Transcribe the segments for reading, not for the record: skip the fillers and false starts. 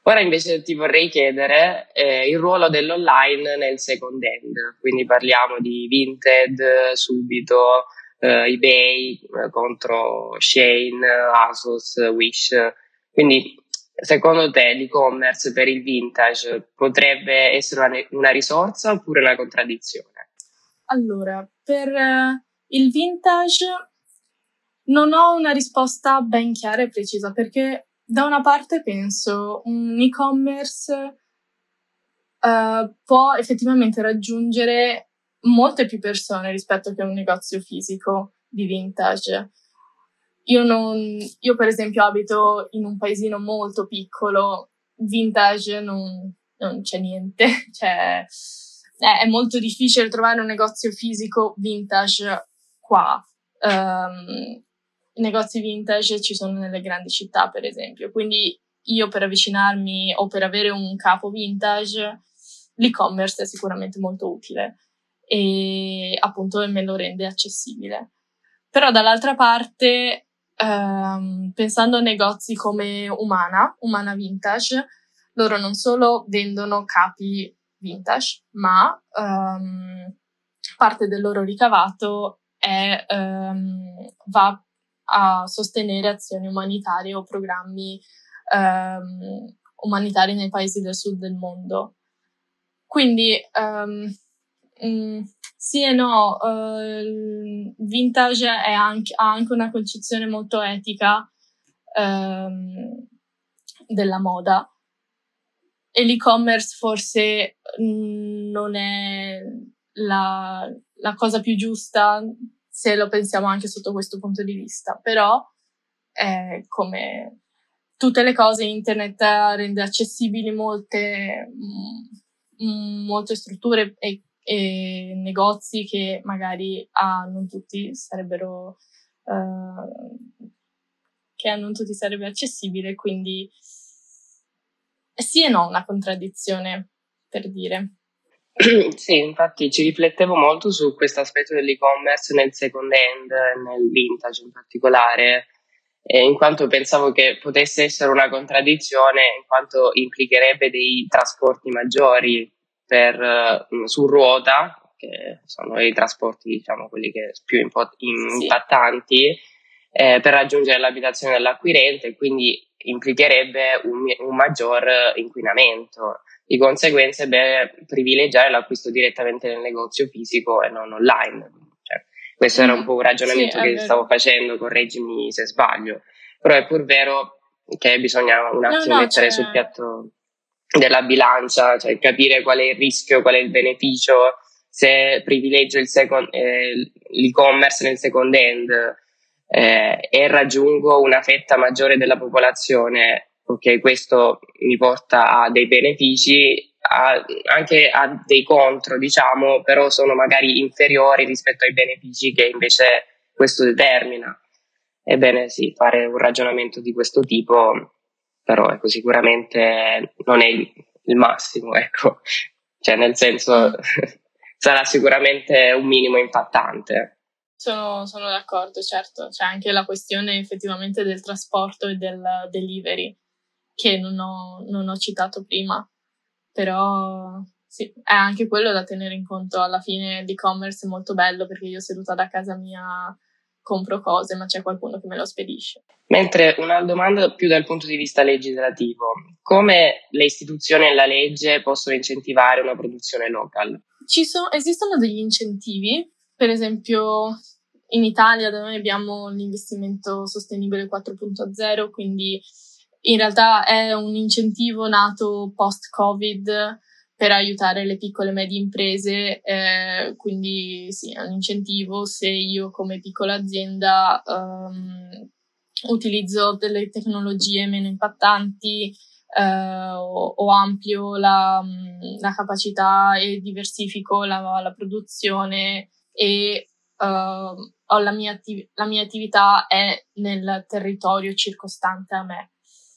Ora invece ti vorrei chiedere il ruolo dell'online nel second hand, quindi parliamo di Vinted, Subito, eBay contro Shein, ASOS, Wish. Quindi secondo te l'e-commerce per il vintage potrebbe essere una risorsa oppure una contraddizione? Allora, per il vintage non ho una risposta ben chiara e precisa, perché da una parte penso un e-commerce può effettivamente raggiungere molte più persone rispetto che un negozio fisico di vintage. Io per esempio abito in un paesino molto piccolo, vintage non c'è niente, cioè è molto difficile trovare un negozio fisico vintage qua. I negozi vintage ci sono nelle grandi città, per esempio, quindi io per avvicinarmi o per avere un capo vintage, l'e-commerce è sicuramente molto utile e appunto me lo rende accessibile. Però dall'altra parte, pensando a negozi come Umana Vintage, loro non solo vendono capi vintage, ma parte del loro ricavato va a sostenere azioni umanitarie o programmi umanitari nei paesi del sud del mondo. Quindi sì e no, vintage ha anche una concezione molto etica della moda, e l'e-commerce forse non è la cosa più giusta se lo pensiamo anche sotto questo punto di vista, però come tutte le cose, internet rende accessibili molte strutture e negozi che magari non tutti sarebbero che a non tutti sarebbe accessibile, quindi sì e no, una contraddizione, per dire. Sì, infatti ci riflettevo molto su questo aspetto dell'e-commerce nel second hand, nel vintage in particolare, in quanto pensavo che potesse essere una contraddizione, in quanto implicherebbe dei trasporti maggiori su ruota, che sono i trasporti, diciamo, quelli che più impattanti, per raggiungere l'abitazione dell'acquirente, quindi implicherebbe un maggior inquinamento. Di conseguenza è bene privilegiare l'acquisto direttamente nel negozio fisico e non online. Cioè, questo era un po' un ragionamento che stavo facendo, correggimi se sbaglio, però è pur vero che bisogna un attimo mettere sul piatto della bilancia, cioè capire qual è il rischio, qual è il beneficio, se privilegio l'e-commerce nel second hand e raggiungo una fetta maggiore della popolazione, ok, questo mi porta a dei benefici, anche a dei contro, diciamo, però sono magari inferiori rispetto ai benefici che invece questo determina. Ebbene sì, fare un ragionamento di questo tipo, però ecco, sicuramente non è il massimo, ecco, cioè nel senso sarà sicuramente un minimo impattante. Sono d'accordo, certo. C'è anche la questione effettivamente del trasporto e del delivery, che non ho citato prima, però sì, è anche quello da tenere in conto. Alla fine l'e-commerce è molto bello perché io seduta da casa mia compro cose, ma c'è qualcuno che me lo spedisce. Mentre una domanda più dal punto di vista legislativo: come le istituzioni e la legge possono incentivare una produzione local? Esistono degli incentivi, per esempio in Italia da noi abbiamo l'investimento sostenibile 4.0, quindi in realtà è un incentivo nato post-Covid per aiutare le piccole e medie imprese, quindi sì, è un incentivo se io come piccola azienda utilizzo delle tecnologie meno impattanti, o amplio la capacità e diversifico la produzione e la mia attività è nel territorio circostante a me.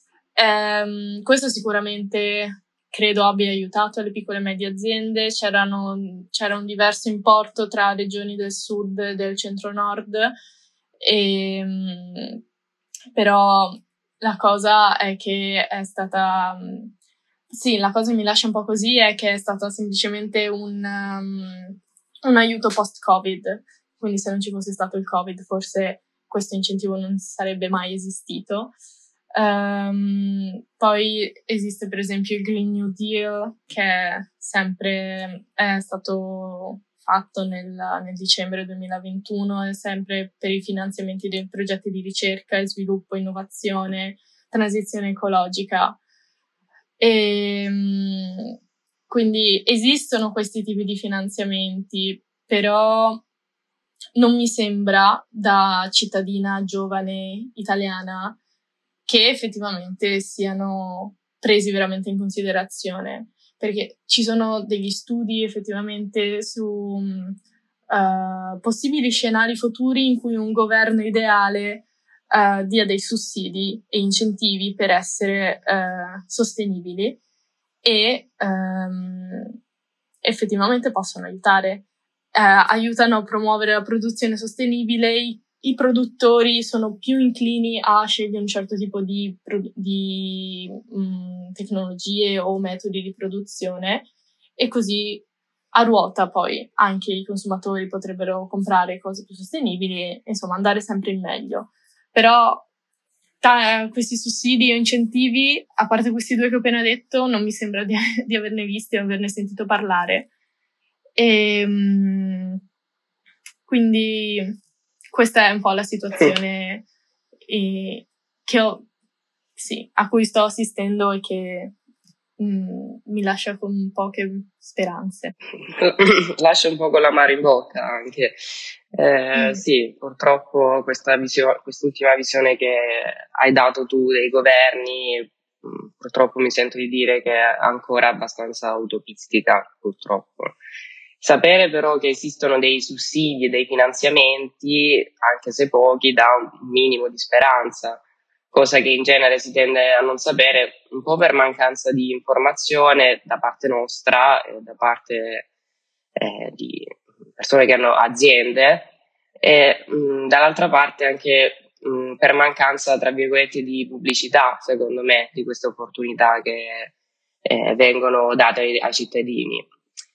Questo sicuramente credo abbia aiutato le piccole e medie aziende. C'era un diverso importo tra regioni del sud e del centro-nord, però la cosa è che è stata... Sì, la cosa che mi lascia un po' così è che è stata semplicemente un aiuto post-Covid, quindi se non ci fosse stato il Covid forse questo incentivo non sarebbe mai esistito. Poi esiste per esempio il Green New Deal, che è stato fatto nel dicembre 2021, è sempre per i finanziamenti dei progetti di ricerca e sviluppo, innovazione, transizione ecologica. E quindi esistono questi tipi di finanziamenti, però non mi sembra, da cittadina giovane italiana, che effettivamente siano presi veramente in considerazione, perché ci sono degli studi effettivamente su possibili scenari futuri in cui un governo ideale dia dei sussidi e incentivi per essere sostenibili e effettivamente possono aiutare. Aiutano a promuovere la produzione sostenibile, i produttori sono più inclini a scegliere un certo tipo di tecnologie o metodi di produzione, e così a ruota poi anche i consumatori potrebbero comprare cose più sostenibili e insomma andare sempre in meglio. Però questi sussidi o incentivi, a parte questi due che ho appena detto, non mi sembra di averne visti o averne sentito parlare. Quindi questa è un po' la situazione a cui sto assistendo e che mi lascia con poche speranze. Lascia un po' con l'amaro in bocca anche. Sì, purtroppo quest'ultima visione che hai dato tu dei governi, purtroppo mi sento di dire che è ancora abbastanza utopistica, purtroppo. Sapere però che esistono dei sussidi e dei finanziamenti, anche se pochi, dà un minimo di speranza, cosa che in genere si tende a non sapere, un po' per mancanza di informazione da parte nostra, da parte di persone che hanno aziende, e dall'altra parte anche per mancanza, tra virgolette, di pubblicità, secondo me, di queste opportunità che vengono date ai cittadini.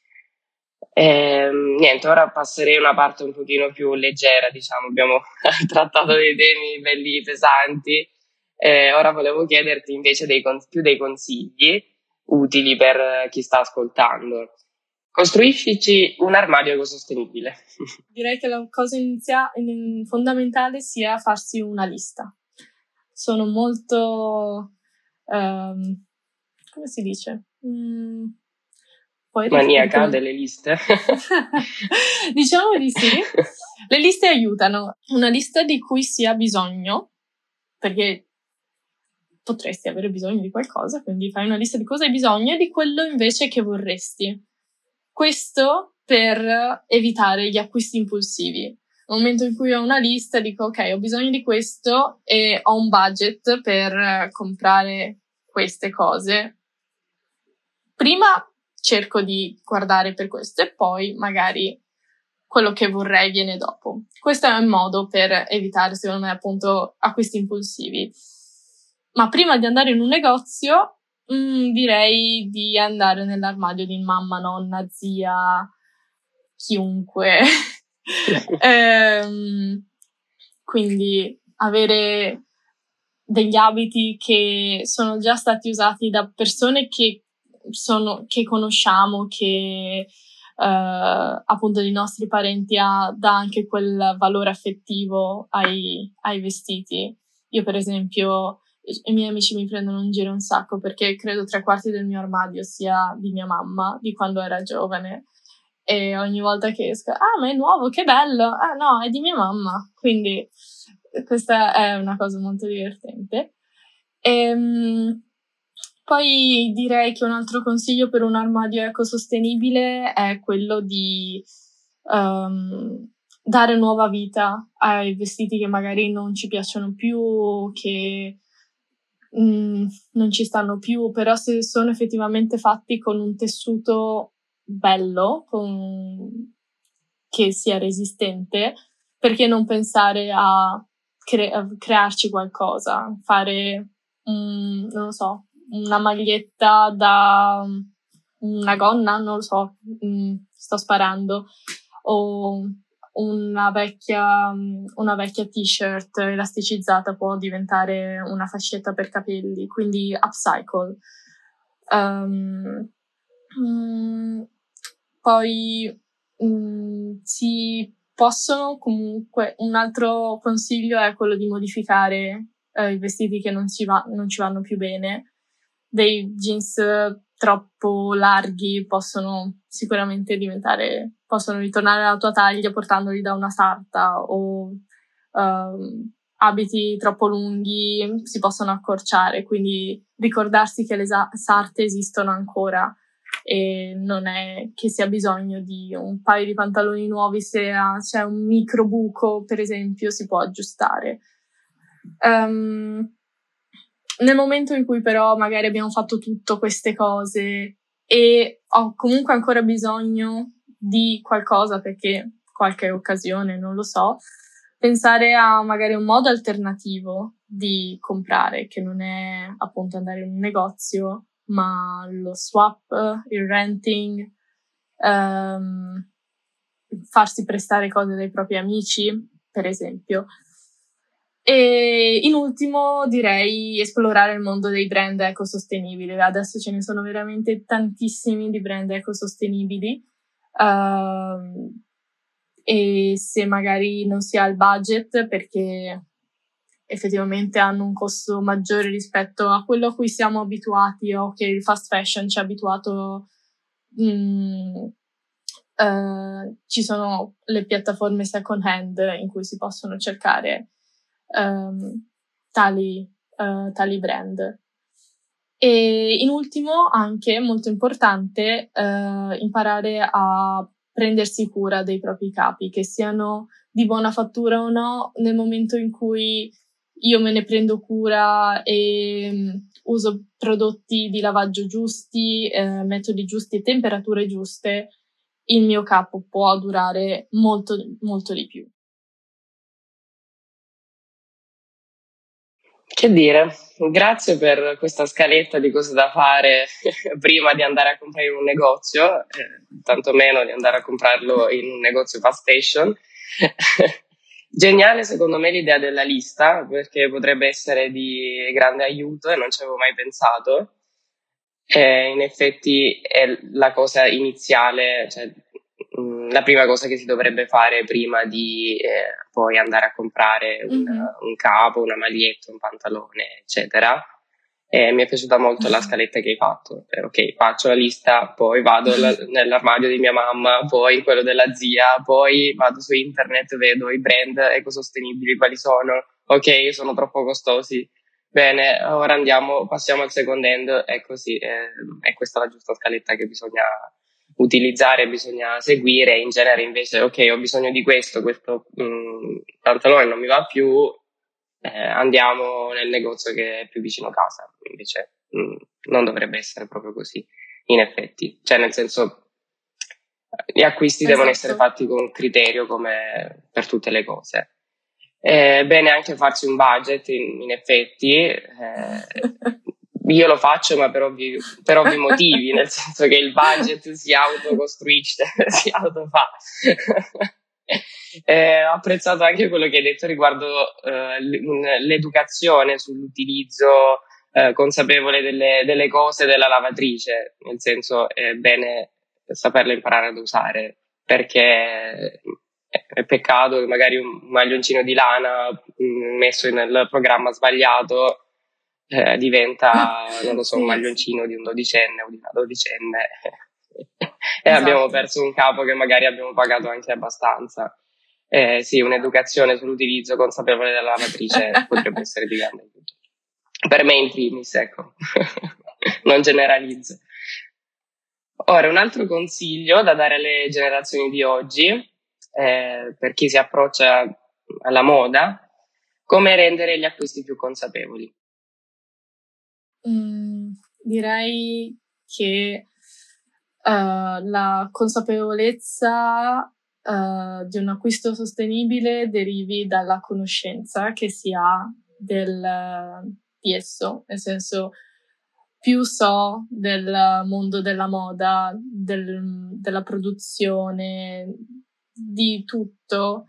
Niente, ora passerei a una parte un pochino più leggera, diciamo, abbiamo trattato dei temi belli pesanti. Ora volevo chiederti invece più dei consigli utili per chi sta ascoltando. Costruiscici un armadio ecosostenibile. Direi che la cosa fondamentale sia farsi una lista. Sono molto... come si dice? Maniaca delle liste? Diciamo di sì. Le liste aiutano. Una lista di cui si ha bisogno, perché potresti avere bisogno di qualcosa, quindi fai una lista di cosa hai bisogno e di quello invece che vorresti. Questo per evitare gli acquisti impulsivi. Nel momento in cui ho una lista dico ok, ho bisogno di questo e ho un budget per comprare queste cose. Prima cerco di guardare per questo e poi magari quello che vorrei viene dopo. Questo è un modo per evitare, secondo me, appunto, acquisti impulsivi. Ma prima di andare in un negozio, direi di andare nell'armadio di mamma, nonna, zia, chiunque. Quindi avere degli abiti che sono già stati usati da persone che conosciamo, che appunto dei nostri parenti dà anche quel valore affettivo ai vestiti. Io per esempio, i miei amici mi prendono in giro un sacco perché credo 3/4 del mio armadio sia di mia mamma, di quando era giovane, e ogni volta che esco, ma è nuovo, che bello, no, è di mia mamma, quindi questa è una cosa molto divertente. Poi direi che un altro consiglio per un armadio ecosostenibile è quello di dare nuova vita ai vestiti che magari non ci piacciono più, che non ci stanno più, però se sono effettivamente fatti con un tessuto bello, che sia resistente, perché non pensare a crearci qualcosa, fare non lo so, una maglietta da una gonna, non lo so, sto sparando, o una vecchia t-shirt elasticizzata può diventare una fascetta per capelli, quindi upcycle. Poi si possono comunque, un altro consiglio è quello di modificare i vestiti che non ci vanno più bene. Dei jeans troppo larghi possono sicuramente possono ritornare alla tua taglia portandoli da una sarta, o abiti troppo lunghi si possono accorciare, quindi ricordarsi che le sarte esistono ancora e non è che si ha bisogno di un paio di pantaloni nuovi. Se c'è un micro buco, per esempio, si può aggiustare. Nel momento in cui però magari abbiamo fatto tutte queste cose e ho comunque ancora bisogno di qualcosa perché qualche occasione, non lo so, pensare a magari un modo alternativo di comprare, che non è appunto andare in un negozio, ma lo swap, il renting, farsi prestare cose dai propri amici, per esempio. E in ultimo direi esplorare il mondo dei brand ecosostenibili. Adesso ce ne sono veramente tantissimi di brand ecosostenibili, e se magari non si ha il budget, perché effettivamente hanno un costo maggiore rispetto a quello a cui siamo abituati o che il fast fashion ci ha abituato, ci sono le piattaforme second hand in cui si possono cercare tali brand. E in ultimo, anche molto importante, imparare a prendersi cura dei propri capi, che siano di buona fattura o no. Nel momento in cui io me ne prendo cura e uso prodotti di lavaggio giusti, metodi giusti e temperature giuste, il mio capo può durare molto, molto di più. Che dire, grazie per questa scaletta di cose da fare prima di andare a comprare in un negozio, tantomeno di andare a comprarlo in un negozio fast fashion. Geniale secondo me l'idea della lista, perché potrebbe essere di grande aiuto e non ci avevo mai pensato. In effetti è la cosa iniziale, cioè la prima cosa che si dovrebbe fare prima di poi andare a comprare un capo, una maglietta, un pantalone, eccetera. Mi è piaciuta molto la scaletta che hai fatto. Ok, faccio la lista, poi vado nell'armadio di mia mamma, poi in quello della zia, poi vado su internet, vedo i brand ecosostenibili, quali sono. Ok, sono troppo costosi. Bene, ora passiamo al second hand, è così, è questa la giusta scaletta che bisogna utilizzare, bisogna seguire. In genere invece, ok, ho bisogno di questo pantalone non mi va più, andiamo nel negozio che è più vicino a casa. Invece non dovrebbe essere proprio così, in effetti. Cioè, nel senso, gli acquisti devono essere fatti con criterio come per tutte le cose. Bene anche farsi un budget, in effetti. Io lo faccio, ma per ovvi motivi, nel senso che il budget si autocostruisce, si autofa. Ho apprezzato anche quello che hai detto riguardo l'educazione sull'utilizzo consapevole delle cose della lavatrice, nel senso è bene saperle imparare ad usare, perché è peccato che magari un maglioncino di lana messo nel programma sbagliato diventa, non lo so, un maglioncino di un dodicenne o di una dodicenne e abbiamo perso un capo che magari abbiamo pagato anche abbastanza. Sì, un'educazione sull'utilizzo consapevole della lavatrice potrebbe essere di grande aiuto. Per me in primis, ecco. Non generalizzo. Ora, un altro consiglio da dare alle generazioni di oggi, per chi si approccia alla moda, come rendere gli acquisti più consapevoli. Direi che la consapevolezza di un acquisto sostenibile derivi dalla conoscenza che si ha di esso, nel senso più so del mondo della moda, della produzione, di tutto,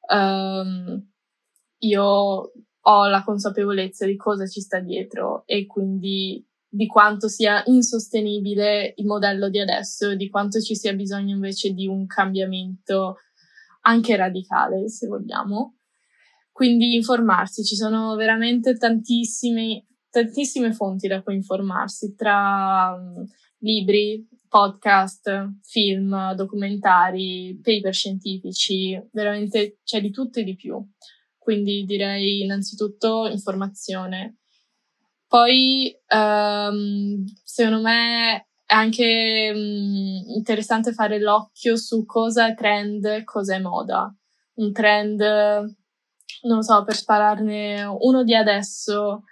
io ho la consapevolezza di cosa ci sta dietro e quindi di quanto sia insostenibile il modello di adesso e di quanto ci sia bisogno invece di un cambiamento anche radicale, se vogliamo. Quindi informarsi, ci sono veramente tantissime fonti da cui informarsi, tra libri, podcast, film, documentari, paper scientifici, veramente c'è di tutto e di più. Quindi direi innanzitutto informazione. Poi secondo me è anche interessante fare l'occhio su cosa è trend, cosa è moda. Un trend, non lo so, per spararne uno di adesso,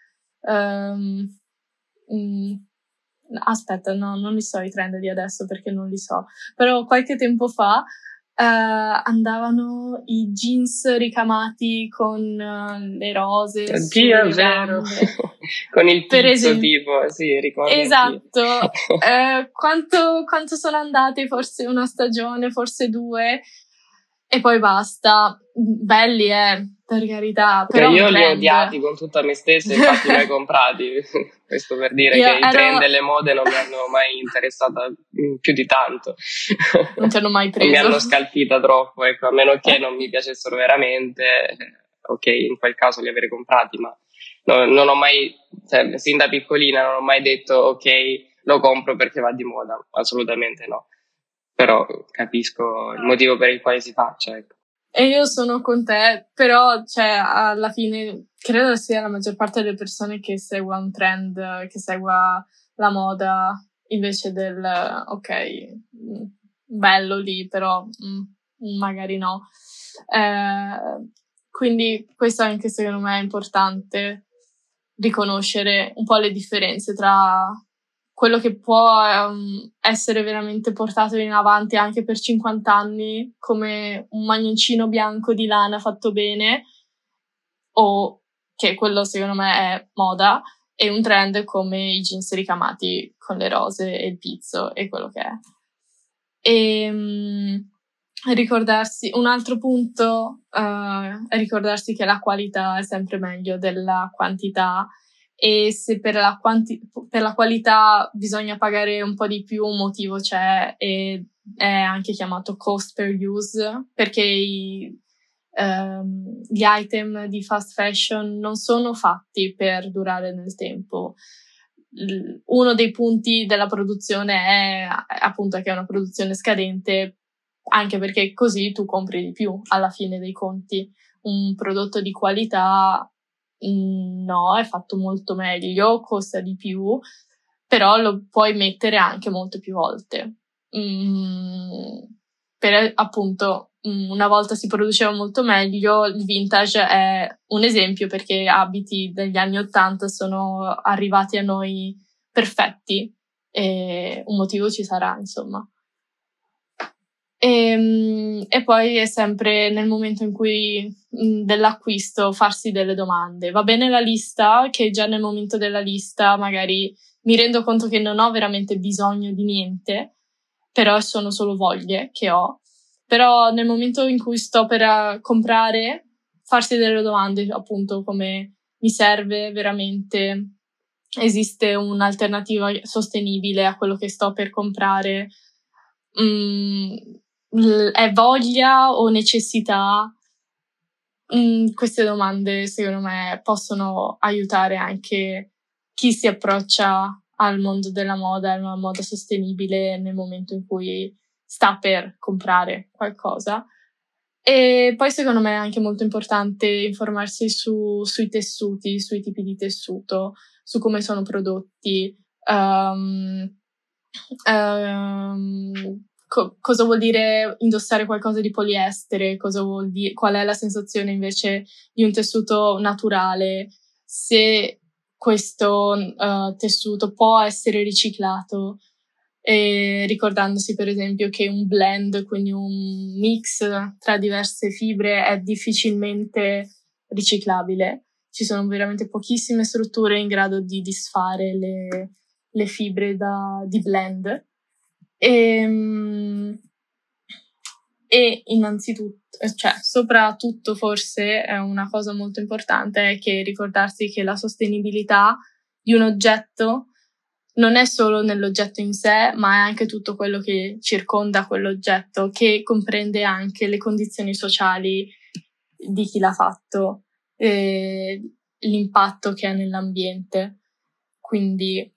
aspetta, no, non li so i trend di adesso perché non li so, però qualche tempo fa andavano i jeans ricamati con le rose. Oddio, è vero. Con il pizzo tipo, sì, ricordo. Esatto. Quanto sono andate? Forse una stagione, forse 2, e poi basta. Belli, per carità. Però io li ho odiati con tutta me stessa, infatti li ho comprati. Questo per dire che i trend e le mode non mi hanno mai interessata più di tanto. Non ti hanno mai preso? Mi hanno scalfita troppo, ecco, a meno che non mi piacessero veramente, ok, in quel caso li avrei comprati, ma no, non ho mai, cioè, sin da piccolina non ho mai detto ok, lo compro perché va di moda, assolutamente no. Però capisco il motivo per il quale si faccia, ecco. E io sono con te, però alla fine credo sia la maggior parte delle persone che segua un trend, che segua la moda, invece del ok, bello lì, però magari no. Quindi questo anche secondo me è importante, riconoscere un po' le differenze tra quello che può essere veramente portato in avanti anche per 50 anni, come un maglioncino bianco di lana fatto bene, o che quello secondo me è moda, e un trend come i jeans ricamati con le rose e il pizzo e quello che è. E ricordarsi, un altro punto è ricordarsi che la qualità è sempre meglio della quantità, e se per la qualità bisogna pagare un po' di più, un motivo c'è, e è anche chiamato cost per use, perché gli item di fast fashion non sono fatti per durare nel tempo. Uno dei punti della produzione è appunto che è una produzione scadente, anche perché così tu compri di più alla fine dei conti. Un prodotto di qualità no, è fatto molto meglio, costa di più, però lo puoi mettere anche molte più volte. Per appunto, una volta si produceva molto meglio. Il vintage è un esempio, perché abiti degli anni '80 sono arrivati a noi perfetti, e un motivo ci sarà, insomma. E poi è sempre nel momento in cui dell'acquisto farsi delle domande. Va bene la lista, che già nel momento della lista magari mi rendo conto che non ho veramente bisogno di niente, però sono solo voglie che ho. Però nel momento in cui sto per comprare, farsi delle domande, appunto, come: mi serve veramente? Esiste un'alternativa sostenibile a quello che sto per comprare? È voglia o necessità? Queste domande secondo me possono aiutare anche chi si approccia al mondo della moda, alla moda sostenibile, nel momento in cui sta per comprare qualcosa. E poi secondo me è anche molto importante informarsi sui tessuti, sui tipi di tessuto, su come sono prodotti, cosa vuol dire indossare qualcosa di poliestere, cosa vuol dire, qual è la sensazione invece di un tessuto naturale, se questo tessuto può essere riciclato, e ricordandosi per esempio che un blend, quindi un mix tra diverse fibre, è difficilmente riciclabile. ci sono veramente pochissime strutture in grado di disfare le fibre di blend. E innanzitutto, cioè soprattutto forse è una cosa molto importante è che ricordarsi che la sostenibilità di un oggetto non è solo nell'oggetto in sé, ma è anche tutto quello che circonda quell'oggetto, che comprende anche le condizioni sociali di chi l'ha fatto, l'impatto che ha nell'ambiente. Quindi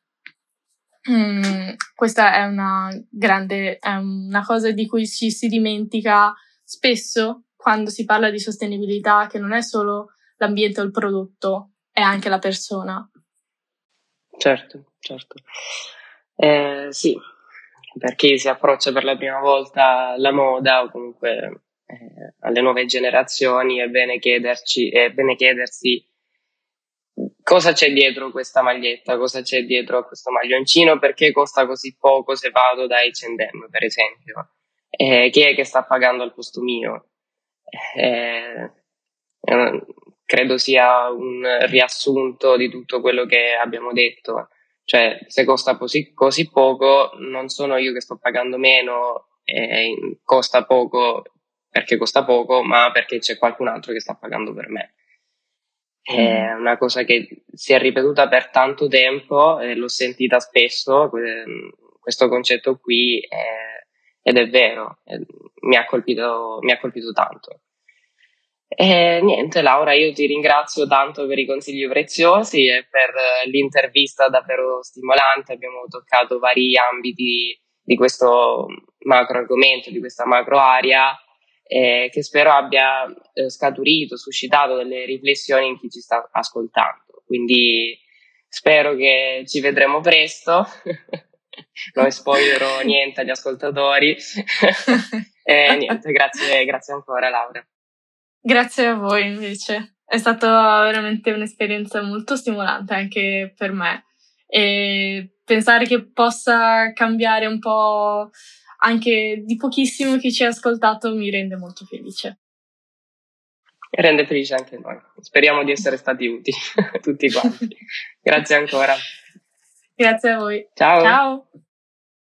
questa è una cosa di cui ci si dimentica spesso quando si parla di sostenibilità, che non è solo l'ambiente o il prodotto, è anche la persona. Certo. Sì, per chi si approccia per la prima volta alla moda o comunque alle nuove generazioni è bene chiedersi cosa c'è dietro questa maglietta, cosa c'è dietro questo maglioncino, perché costa così poco se vado da H&M, per esempio. Chi è che sta pagando al posto mio? Credo sia un riassunto di tutto quello che abbiamo detto. Cioè, se costa così poco, non sono io che sto pagando meno, costa poco perché costa poco, ma perché c'è qualcun altro che sta pagando per me. È una cosa che si è ripetuta per tanto tempo e l'ho sentita spesso, questo concetto qui, ed è vero, mi ha colpito tanto. E niente, Laura, io ti ringrazio tanto per i consigli preziosi e per l'intervista davvero stimolante. Abbiamo toccato vari ambiti di questo macro argomento, di questa macro area, che spero abbia scaturito, suscitato delle riflessioni in chi ci sta ascoltando. Quindi spero che ci vedremo presto. Non spoilerò niente agli ascoltatori. E niente, grazie ancora, Laura. Grazie a voi invece, è stata veramente un'esperienza molto stimolante anche per me e pensare che possa cambiare un po' anche di pochissimo chi ci ha ascoltato mi rende molto felice. E rende felice anche noi. Speriamo di essere stati utili tutti quanti. Grazie ancora. Grazie a voi. Ciao. Ciao.